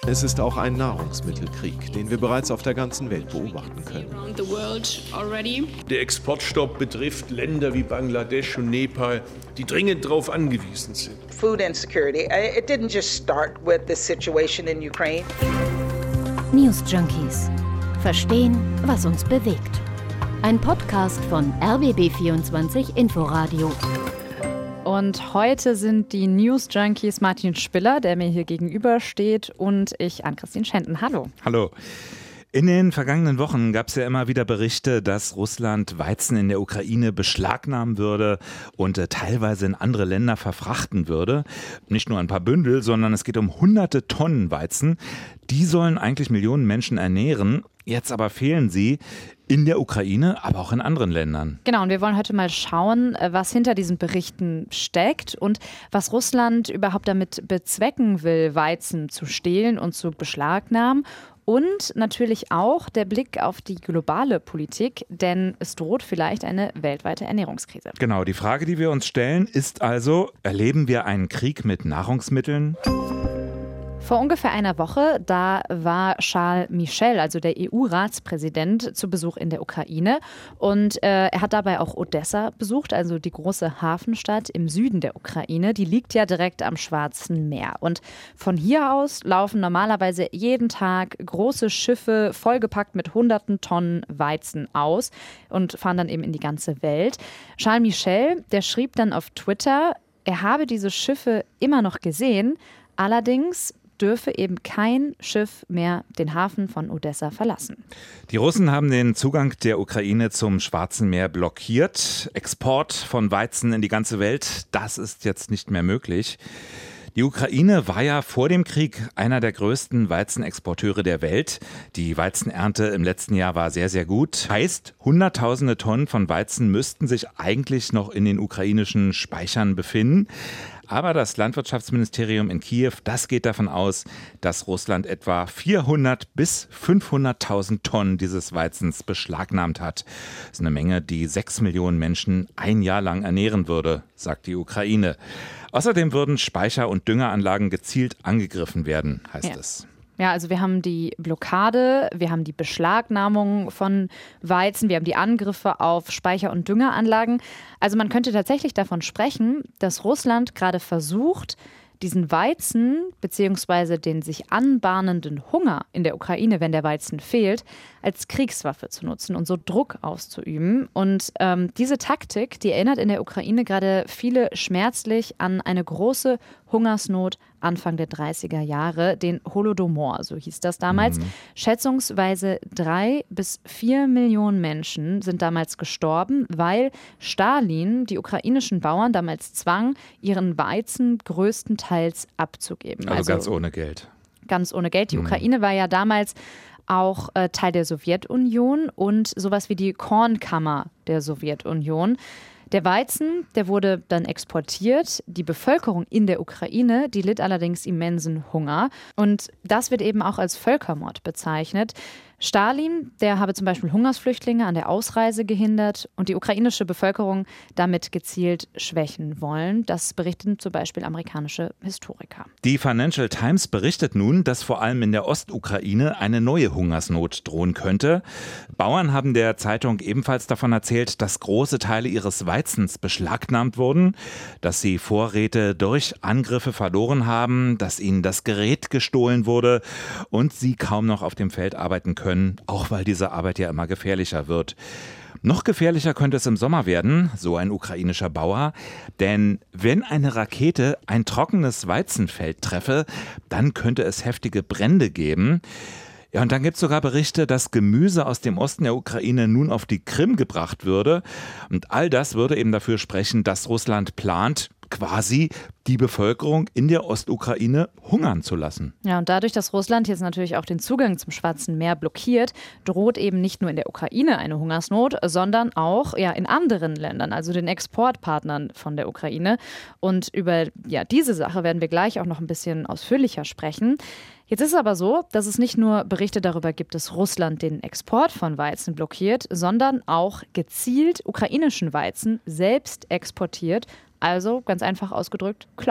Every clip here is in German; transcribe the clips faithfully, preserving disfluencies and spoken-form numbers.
Es ist auch ein Nahrungsmittelkrieg, den wir bereits auf der ganzen Welt beobachten können. Der Exportstopp betrifft Länder wie Bangladesch und Nepal, die dringend darauf angewiesen sind. Food insecurity. It didn't just start with the situation in Ukraine. News Junkies. Verstehen, was uns bewegt. Ein Podcast von R B B vierundzwanzig Inforadio. Und heute sind die News Junkies Martin Spiller, der mir hier gegenüber steht, und ich, Ann-Christine Schenten. Hallo. Hallo. In den vergangenen Wochen gab es ja immer wieder Berichte, dass Russland Weizen in der Ukraine beschlagnahmen würde und äh, teilweise in andere Länder verfrachten würde. Nicht nur ein paar Bündel, sondern es geht um hunderte Tonnen Weizen. Die sollen eigentlich Millionen Menschen ernähren. Jetzt aber fehlen sie in der Ukraine, aber auch in anderen Ländern. Genau, und wir wollen heute mal schauen, was hinter diesen Berichten steckt und was Russland überhaupt damit bezwecken will, Weizen zu stehlen und zu beschlagnahmen. Und natürlich auch der Blick auf die globale Politik, denn es droht vielleicht eine weltweite Ernährungskrise. Genau, die Frage, die wir uns stellen, ist also, erleben wir einen Krieg mit Nahrungsmitteln? Vor ungefähr einer Woche, da war Charles Michel, also der E U-Ratspräsident, zu Besuch in der Ukraine. Und äh, er hat dabei auch Odessa besucht, also die große Hafenstadt im Süden der Ukraine. Die liegt ja direkt am Schwarzen Meer. Und von hier aus laufen normalerweise jeden Tag große Schiffe, vollgepackt mit hunderten Tonnen Weizen aus und fahren dann eben in die ganze Welt. Charles Michel, der schrieb dann auf Twitter, er habe diese Schiffe immer noch gesehen, allerdings dürfe eben kein Schiff mehr den Hafen von Odessa verlassen. Die Russen haben den Zugang der Ukraine zum Schwarzen Meer blockiert. Export von Weizen in die ganze Welt, das ist jetzt nicht mehr möglich. Die Ukraine war ja vor dem Krieg einer der größten Weizenexporteure der Welt. Die Weizenernte im letzten Jahr war sehr, sehr gut. Heißt, hunderttausende Tonnen von Weizen müssten sich eigentlich noch in den ukrainischen Speichern befinden. Aber das Landwirtschaftsministerium in Kiew, das geht davon aus, dass Russland etwa vierhundert bis fünfhunderttausend Tonnen dieses Weizens beschlagnahmt hat. Das ist eine Menge, die sechs Millionen Menschen ein Jahr lang ernähren würde, sagt die Ukraine. Außerdem würden Speicher- und Düngeranlagen gezielt angegriffen werden, heißt ja. es. Ja, also wir haben die Blockade, wir haben die Beschlagnahmung von Weizen, wir haben die Angriffe auf Speicher- und Düngeranlagen. Also man könnte tatsächlich davon sprechen, dass Russland gerade versucht, diesen Weizen bzw. den sich anbahnenden Hunger in der Ukraine, wenn der Weizen fehlt, als Kriegswaffe zu nutzen und so Druck auszuüben. Und ähm, diese Taktik, die erinnert in der Ukraine gerade viele schmerzlich an eine große Hungersnot Anfang der dreißiger Jahre, den Holodomor, so hieß das damals. Mhm. Schätzungsweise drei bis vier Millionen Menschen sind damals gestorben, weil Stalin die ukrainischen Bauern damals zwang, ihren Weizen größtenteils abzugeben. Also, also ganz ohne Geld. Ganz ohne Geld. Die mhm. Ukraine war ja damals auch äh, Teil der Sowjetunion und sowas wie die Kornkammer der Sowjetunion. Der Weizen, der wurde dann exportiert. Die Bevölkerung in der Ukraine, die litt allerdings immensen Hunger. Und das wird eben auch als Völkermord bezeichnet. Stalin, der habe zum Beispiel Hungersflüchtlinge an der Ausreise gehindert und die ukrainische Bevölkerung damit gezielt schwächen wollen. Das berichten zum Beispiel amerikanische Historiker. Die Financial Times berichtet nun, dass vor allem in der Ostukraine eine neue Hungersnot drohen könnte. Bauern haben der Zeitung ebenfalls davon erzählt, dass große Teile ihres Weizens beschlagnahmt wurden, dass sie Vorräte durch Angriffe verloren haben, dass ihnen das Gerät gestohlen wurde und sie kaum noch auf dem Feld arbeiten können. Auch weil diese Arbeit ja immer gefährlicher wird. Noch gefährlicher könnte es im Sommer werden, so ein ukrainischer Bauer, denn wenn eine Rakete ein trockenes Weizenfeld treffe, dann könnte es heftige Brände geben. Ja, und dann gibt es sogar Berichte, dass Gemüse aus dem Osten der Ukraine nun auf die Krim gebracht würde. Und all das würde eben dafür sprechen, dass Russland plant, quasi die Bevölkerung in der Ostukraine hungern zu lassen. Ja, und dadurch, dass Russland jetzt natürlich auch den Zugang zum Schwarzen Meer blockiert, droht eben nicht nur in der Ukraine eine Hungersnot, sondern auch ja, in anderen Ländern, also den Exportpartnern von der Ukraine. Und über ja, diese Sache werden wir gleich auch noch ein bisschen ausführlicher sprechen. Jetzt ist es aber so, dass es nicht nur Berichte darüber gibt, dass Russland den Export von Weizen blockiert, sondern auch gezielt ukrainischen Weizen selbst exportiert, also ganz einfach ausgedrückt, klaut.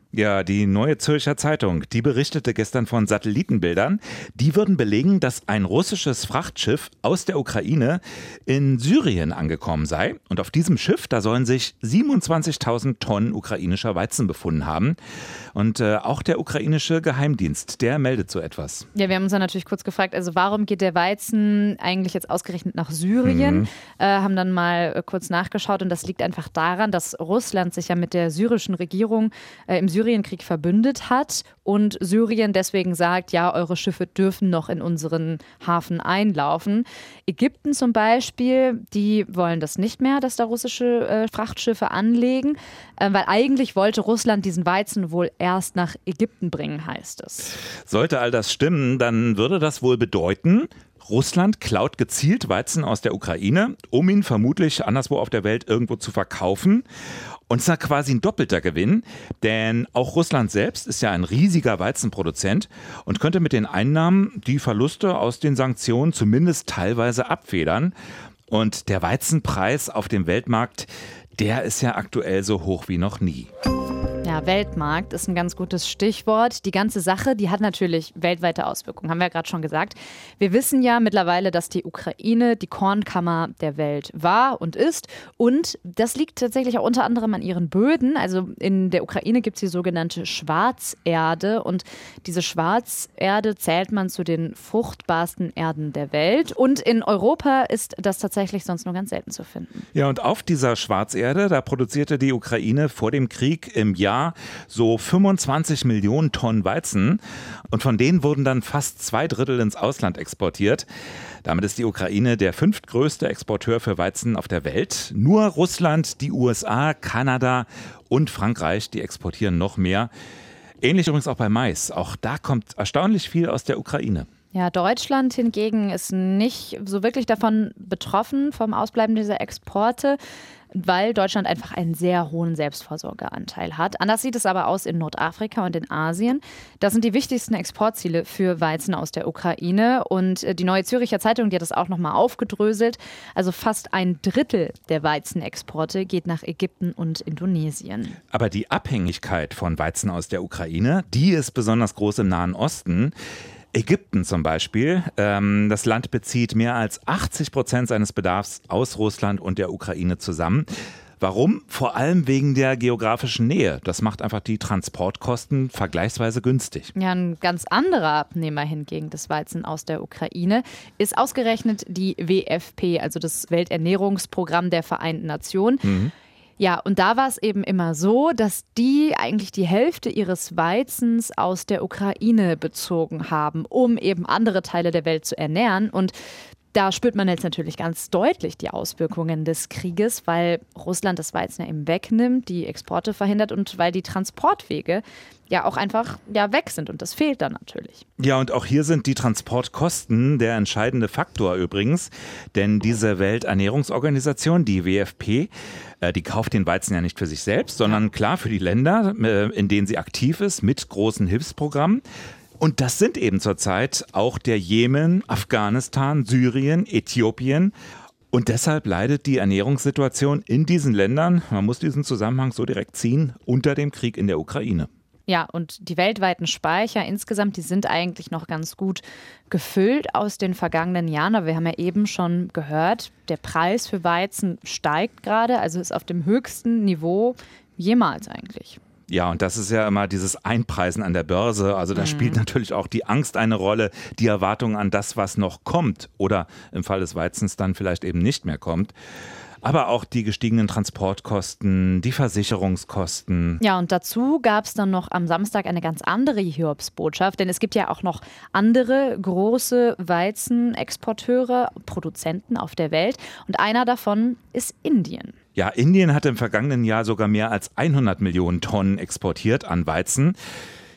Ja, die Neue Zürcher Zeitung, die berichtete gestern von Satellitenbildern. Die würden belegen, dass ein russisches Frachtschiff aus der Ukraine in Syrien angekommen sei. Und auf diesem Schiff, da sollen sich siebenundzwanzigtausend Tonnen ukrainischer Weizen befunden haben. Und äh, auch der ukrainische Geheimdienst, der meldet so etwas. Ja, wir haben uns dann natürlich kurz gefragt, also warum geht der Weizen eigentlich jetzt ausgerechnet nach Syrien? Mhm. Äh, haben dann mal äh, kurz nachgeschaut und das liegt einfach daran, dass Russland sich ja mit der syrischen Regierung äh, im Syrienkrieg verbündet hat und Syrien deswegen sagt, ja, eure Schiffe dürfen noch in unseren Hafen einlaufen. Ägypten zum Beispiel, die wollen das nicht mehr, dass da russische äh, Frachtschiffe anlegen, äh, weil eigentlich wollte Russland diesen Weizen wohl erst nach Ägypten bringen, heißt es. Sollte all das stimmen, dann würde das wohl bedeuten, Russland klaut gezielt Weizen aus der Ukraine, um ihn vermutlich anderswo auf der Welt irgendwo zu verkaufen. Und zwar quasi ein doppelter Gewinn, denn auch Russland selbst ist ja ein riesiger Weizenproduzent und könnte mit den Einnahmen die Verluste aus den Sanktionen zumindest teilweise abfedern. Und der Weizenpreis auf dem Weltmarkt, der ist ja aktuell so hoch wie noch nie. Ja, Weltmarkt ist ein ganz gutes Stichwort. Die ganze Sache, die hat natürlich weltweite Auswirkungen, haben wir ja gerade schon gesagt. Wir wissen ja mittlerweile, dass die Ukraine die Kornkammer der Welt war und ist. Und das liegt tatsächlich auch unter anderem an ihren Böden. Also in der Ukraine gibt es die sogenannte Schwarzerde. Und diese Schwarzerde zählt man zu den fruchtbarsten Erden der Welt. Und in Europa ist das tatsächlich sonst nur ganz selten zu finden. Ja, und auf dieser Schwarzerde, da produzierte die Ukraine vor dem Krieg im Jahr so fünfundzwanzig Millionen Tonnen Weizen und von denen wurden dann fast zwei Drittel ins Ausland exportiert. Damit ist die Ukraine der fünftgrößte Exporteur für Weizen auf der Welt. Nur Russland, die U S A, Kanada und Frankreich, die exportieren noch mehr. Ähnlich übrigens auch bei Mais. Auch da kommt erstaunlich viel aus der Ukraine. Ja, Deutschland hingegen ist nicht so wirklich davon betroffen, vom Ausbleiben dieser Exporte, weil Deutschland einfach einen sehr hohen Selbstversorgeranteil hat. Anders sieht es aber aus in Nordafrika und in Asien. Das sind die wichtigsten Exportziele für Weizen aus der Ukraine. Und die Neue Zürcher Zeitung, die hat das auch nochmal aufgedröselt. Also fast ein Drittel der Weizenexporte geht nach Ägypten und Indonesien. Aber die Abhängigkeit von Weizen aus der Ukraine, die ist besonders groß im Nahen Osten. Ägypten zum Beispiel, ähm, das Land bezieht mehr als achtzig Prozent seines Bedarfs aus Russland und der Ukraine zusammen. Warum? Vor allem wegen der geografischen Nähe. Das macht einfach die Transportkosten vergleichsweise günstig. Ja, ein ganz anderer Abnehmer hingegen des Weizen aus der Ukraine ist ausgerechnet die W F P, also das Welternährungsprogramm der Vereinten Nationen. Mhm. Ja, und da war es eben immer so, dass die eigentlich die Hälfte ihres Weizens aus der Ukraine bezogen haben, um eben andere Teile der Welt zu ernähren. Und da spürt man jetzt natürlich ganz deutlich die Auswirkungen des Krieges, weil Russland das Weizen ja eben wegnimmt, die Exporte verhindert und weil die Transportwege ja auch einfach ja, weg sind und das fehlt dann natürlich. Ja, und auch hier sind die Transportkosten der entscheidende Faktor übrigens, denn diese Welternährungsorganisation, die W F P, äh, die kauft den Weizen ja nicht für sich selbst, sondern klar für die Länder, äh, in denen sie aktiv ist, mit großen Hilfsprogrammen. Und das sind eben zurzeit auch der Jemen, Afghanistan, Syrien, Äthiopien. Und deshalb leidet die Ernährungssituation in diesen Ländern, man muss diesen Zusammenhang so direkt ziehen, unter dem Krieg in der Ukraine. Ja, und die weltweiten Speicher insgesamt, die sind eigentlich noch ganz gut gefüllt aus den vergangenen Jahren. Aber wir haben ja eben schon gehört, der Preis für Weizen steigt gerade, also ist auf dem höchsten Niveau jemals eigentlich. Ja, und das ist ja immer dieses Einpreisen an der Börse. Also da mhm. spielt natürlich auch die Angst eine Rolle, die Erwartung an das, was noch kommt oder im Fall des Weizens dann vielleicht eben nicht mehr kommt. Aber auch die gestiegenen Transportkosten, die Versicherungskosten. Ja, und dazu gab es dann noch am Samstag eine ganz andere Hiobsbotschaft, denn es gibt ja auch noch andere große Weizenexporteure, Produzenten auf der Welt und einer davon ist Indien. Ja, Indien hat im vergangenen Jahr sogar mehr als hundert Millionen Tonnen exportiert an Weizen.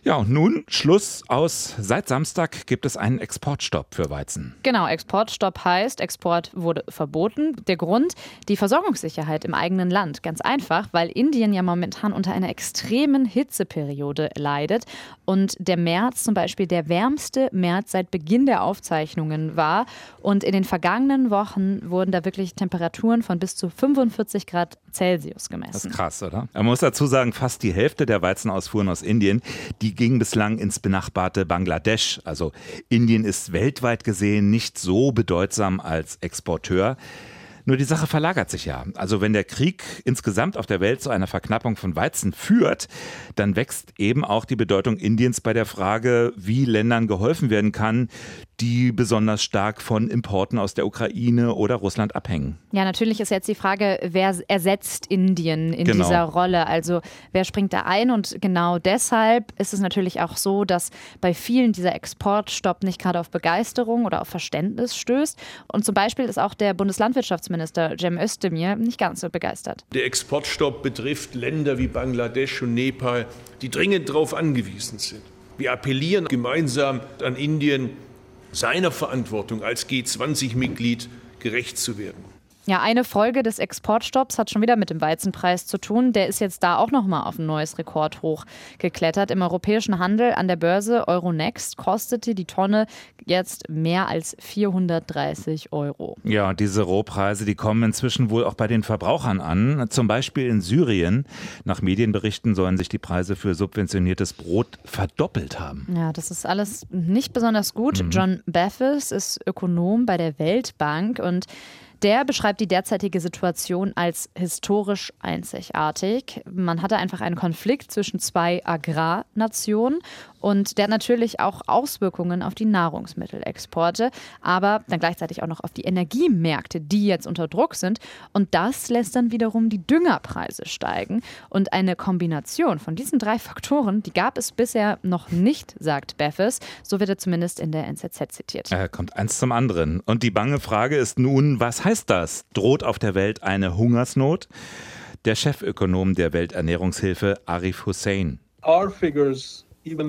Ja, und nun Schluss aus. Seit Samstag gibt es einen Exportstopp für Weizen. Genau, Exportstopp heißt, Export wurde verboten. Der Grund, die Versorgungssicherheit im eigenen Land. Ganz einfach, weil Indien ja momentan unter einer extremen Hitzeperiode leidet und der März zum Beispiel der wärmste März seit Beginn der Aufzeichnungen war. Und in den vergangenen Wochen wurden da wirklich Temperaturen von bis zu fünfundvierzig Grad Celsius gemessen. Das ist krass, oder? Man muss dazu sagen, fast die Hälfte der Weizenausfuhren aus Indien, die ging bislang ins benachbarte Bangladesch. Also Indien ist weltweit gesehen nicht so bedeutsam als Exporteur. Nur die Sache verlagert sich ja. Also wenn der Krieg insgesamt auf der Welt zu einer Verknappung von Weizen führt, dann wächst eben auch die Bedeutung Indiens bei der Frage, wie Ländern geholfen werden kann, die besonders stark von Importen aus der Ukraine oder Russland abhängen. Ja, natürlich ist jetzt die Frage, wer ersetzt Indien in Genau. dieser Rolle? Also wer springt da ein? Und genau deshalb ist es natürlich auch so, dass bei vielen dieser Exportstopp nicht gerade auf Begeisterung oder auf Verständnis stößt. Und zum Beispiel ist auch der Bundeslandwirtschaftsminister Cem Özdemir nicht ganz so begeistert. Der Exportstopp betrifft Länder wie Bangladesch und Nepal, die dringend darauf angewiesen sind. Wir appellieren gemeinsam an Indien, seiner Verantwortung als G zwanzig Mitglied gerecht zu werden. Ja, eine Folge des Exportstopps hat schon wieder mit dem Weizenpreis zu tun. Der ist jetzt da auch nochmal auf ein neues Rekordhoch geklettert. Im europäischen Handel an der Börse Euronext kostete die Tonne jetzt mehr als vierhundertdreißig Euro. Ja, und diese Rohpreise, die kommen inzwischen wohl auch bei den Verbrauchern an. Zum Beispiel in Syrien. Nach Medienberichten sollen sich die Preise für subventioniertes Brot verdoppelt haben. Ja, das ist alles nicht besonders gut. Mhm. John Baffes ist Ökonom bei der Weltbank und der beschreibt die derzeitige Situation als historisch einzigartig. Man hatte einfach einen Konflikt zwischen zwei Agrarnationen und der hat natürlich auch Auswirkungen auf die Nahrungsmittelexporte, aber dann gleichzeitig auch noch auf die Energiemärkte, die jetzt unter Druck sind. Und das lässt dann wiederum die Düngerpreise steigen. Und eine Kombination von diesen drei Faktoren, die gab es bisher noch nicht, sagt Baffes. So wird er zumindest in der N Z Z zitiert. Äh, kommt eins zum anderen. Und die bange Frage ist nun, was heißt das? Droht auf der Welt eine Hungersnot? Der Chefökonom der Welternährungshilfe, Arif Hussein. Our figures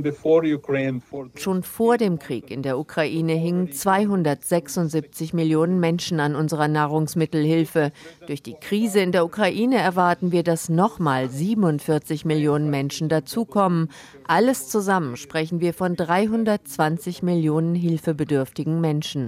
Schon vor dem Krieg in der Ukraine hingen zweihundertsechsundsiebzig Millionen Menschen an unserer Nahrungsmittelhilfe. Durch die Krise in der Ukraine erwarten wir, dass nochmal siebenundvierzig Millionen Menschen dazukommen. Alles zusammen sprechen wir von dreihundertzwanzig Millionen hilfebedürftigen Menschen.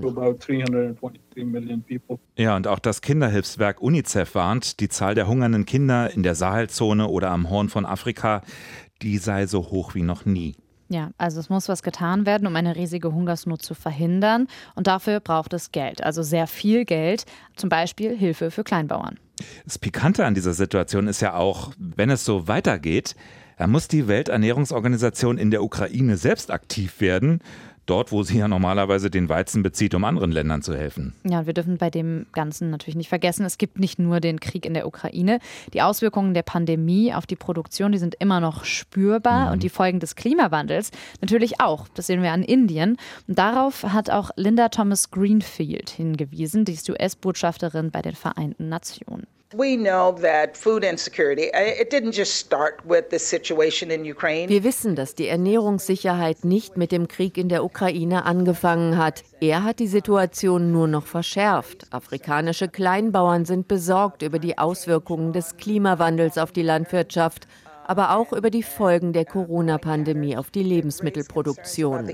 Ja, und auch das Kinderhilfswerk UNICEF warnt, die Zahl der hungernden Kinder in der Sahelzone oder am Horn von Afrika, die sei so hoch wie noch nie. Ja, also es muss was getan werden, um eine riesige Hungersnot zu verhindern. Und dafür braucht es Geld, also sehr viel Geld, zum Beispiel Hilfe für Kleinbauern. Das Pikante an dieser Situation ist ja auch, wenn es so weitergeht, dann muss die Welternährungsorganisation in der Ukraine selbst aktiv werden. Dort, wo sie ja normalerweise den Weizen bezieht, um anderen Ländern zu helfen. Ja, wir dürfen bei dem Ganzen natürlich nicht vergessen, es gibt nicht nur den Krieg in der Ukraine. Die Auswirkungen der Pandemie auf die Produktion, die sind immer noch spürbar. Mhm. Und die Folgen des Klimawandels natürlich auch. Das sehen wir an Indien. Und darauf hat auch Linda Thomas-Greenfield hingewiesen, die ist U S-Botschafterin bei den Vereinten Nationen. We know that food insecurity, it didn't just start with the situation in Ukraine. Wir wissen, dass die Ernährungssicherheit nicht mit dem Krieg in der Ukraine angefangen hat. Er hat die Situation nur noch verschärft. Afrikanische Kleinbauern sind besorgt über die Auswirkungen des Klimawandels auf die Landwirtschaft, aber auch über die Folgen der Corona-Pandemie auf die Lebensmittelproduktion.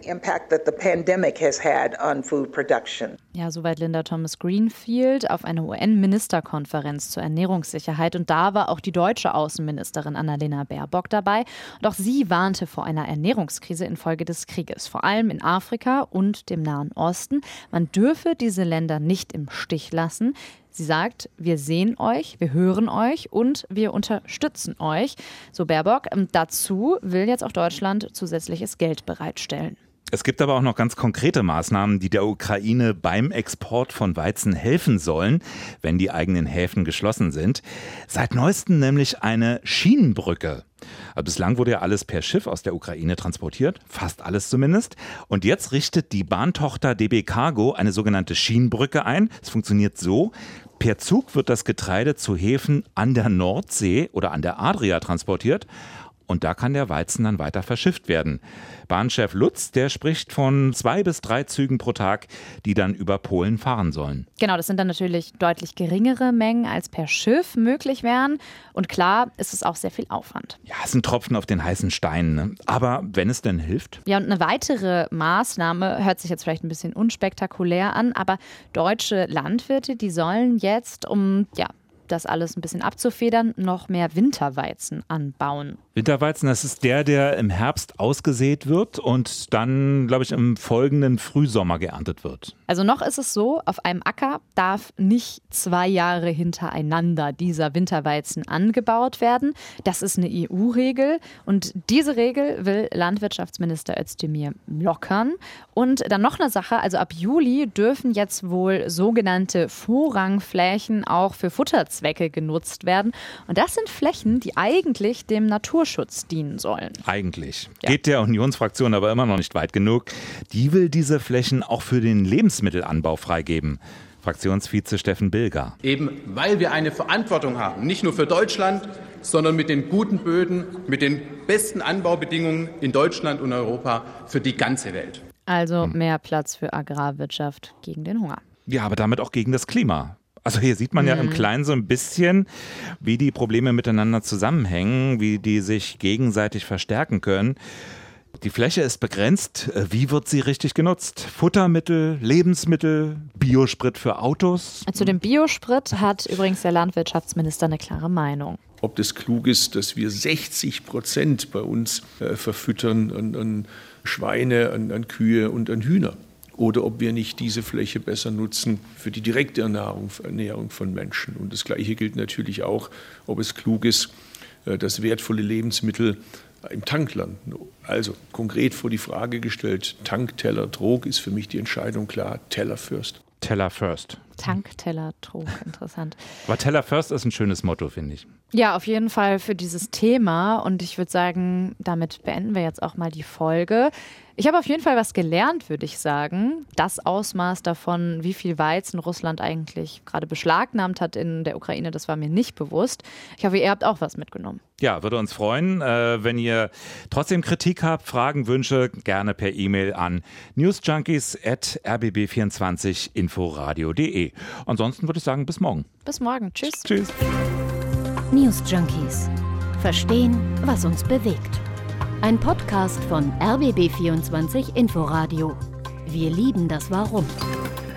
Ja, soweit Linda Thomas-Greenfield auf einer U N-Ministerkonferenz zur Ernährungssicherheit. Und da war auch die deutsche Außenministerin Annalena Baerbock dabei. Und auch sie warnte vor einer Ernährungskrise infolge des Krieges, vor allem in Afrika und dem Nahen Osten. Man dürfe diese Länder nicht im Stich lassen. Sie sagt, wir sehen euch, wir hören euch und wir unterstützen euch. So Baerbock. Dazu will jetzt auch Deutschland zusätzliches Geld bereitstellen. Es gibt aber auch noch ganz konkrete Maßnahmen, die der Ukraine beim Export von Weizen helfen sollen, wenn die eigenen Häfen geschlossen sind. Seit neuestem nämlich eine Schienenbrücke. Bislang wurde ja alles per Schiff aus der Ukraine transportiert, fast alles zumindest. Und jetzt richtet die Bahntochter D B Cargo eine sogenannte Schienenbrücke ein. Es funktioniert so: Per Zug wird das Getreide zu Häfen an der Nordsee oder an der Adria transportiert. Und da kann der Weizen dann weiter verschifft werden. Bahnchef Lutz, der spricht von zwei bis drei Zügen pro Tag, die dann über Polen fahren sollen. Genau, das sind dann natürlich deutlich geringere Mengen, als per Schiff möglich wären. Und klar ist es auch sehr viel Aufwand. Ja, es sind Tropfen auf den heißen Stein. Ne? Aber wenn es denn hilft? Ja, und eine weitere Maßnahme hört sich jetzt vielleicht ein bisschen unspektakulär an, aber deutsche Landwirte, die sollen jetzt, um ja, das alles ein bisschen abzufedern, noch mehr Winterweizen anbauen. Winterweizen, das ist der, der im Herbst ausgesät wird und dann, glaube ich, im folgenden Frühsommer geerntet wird. Also noch ist es so, auf einem Acker darf nicht zwei Jahre hintereinander dieser Winterweizen angebaut werden. Das ist eine E U-Regel und diese Regel will Landwirtschaftsminister Özdemir lockern. Und dann noch eine Sache, also ab Juli dürfen jetzt wohl sogenannte Vorrangflächen auch für Futterzwecke genutzt werden. Und das sind Flächen, die eigentlich dem Naturschutz dienen sollen. Eigentlich. Ja. Geht der Unionsfraktion aber immer noch nicht weit genug. Die will diese Flächen auch für den Lebensmittelanbau freigeben. Fraktionsvize Steffen Bilger. Eben weil wir eine Verantwortung haben, nicht nur für Deutschland, sondern mit den guten Böden, mit den besten Anbaubedingungen in Deutschland und Europa für die ganze Welt. Also mehr Platz für Agrarwirtschaft gegen den Hunger. Ja, aber damit auch gegen das Klima. Also hier sieht man ja im Kleinen so ein bisschen, wie die Probleme miteinander zusammenhängen, wie die sich gegenseitig verstärken können. Die Fläche ist begrenzt. Wie wird sie richtig genutzt? Futtermittel, Lebensmittel, Biosprit für Autos? Zu dem Biosprit hat übrigens der Landwirtschaftsminister eine klare Meinung. Ob das klug ist, dass wir sechzig Prozent bei uns äh, verfüttern an, an Schweine, an, an Kühe und an Hühner. Oder ob wir nicht diese Fläche besser nutzen für die direkte Ernährung, Ernährung von Menschen. Und das Gleiche gilt natürlich auch, ob es klug ist, dass wertvolle Lebensmittel im Tank landen. Also konkret vor die Frage gestellt, Tank, Teller, Trog, ist für mich die Entscheidung klar, Teller first. Teller first. Tank, Teller, Trog, interessant. Aber Teller first ist ein schönes Motto, finde ich. Ja, auf jeden Fall für dieses Thema und ich würde sagen, damit beenden wir jetzt auch mal die Folge. Ich habe auf jeden Fall was gelernt, würde ich sagen. Das Ausmaß davon, wie viel Weizen Russland eigentlich gerade beschlagnahmt hat in der Ukraine, das war mir nicht bewusst. Ich hoffe, ihr habt auch was mitgenommen. Ja, würde uns freuen, äh, wenn ihr trotzdem Kritik habt, Fragen, Wünsche, gerne per E-Mail an newsjunkies at r b b vierundzwanzig inforadio punkt de. Ansonsten würde ich sagen, bis morgen. Bis morgen. Tschüss. Tschüss. News Junkies. Verstehen, was uns bewegt. Ein Podcast von R B B vierundzwanzig Inforadio. Wir lieben das Warum.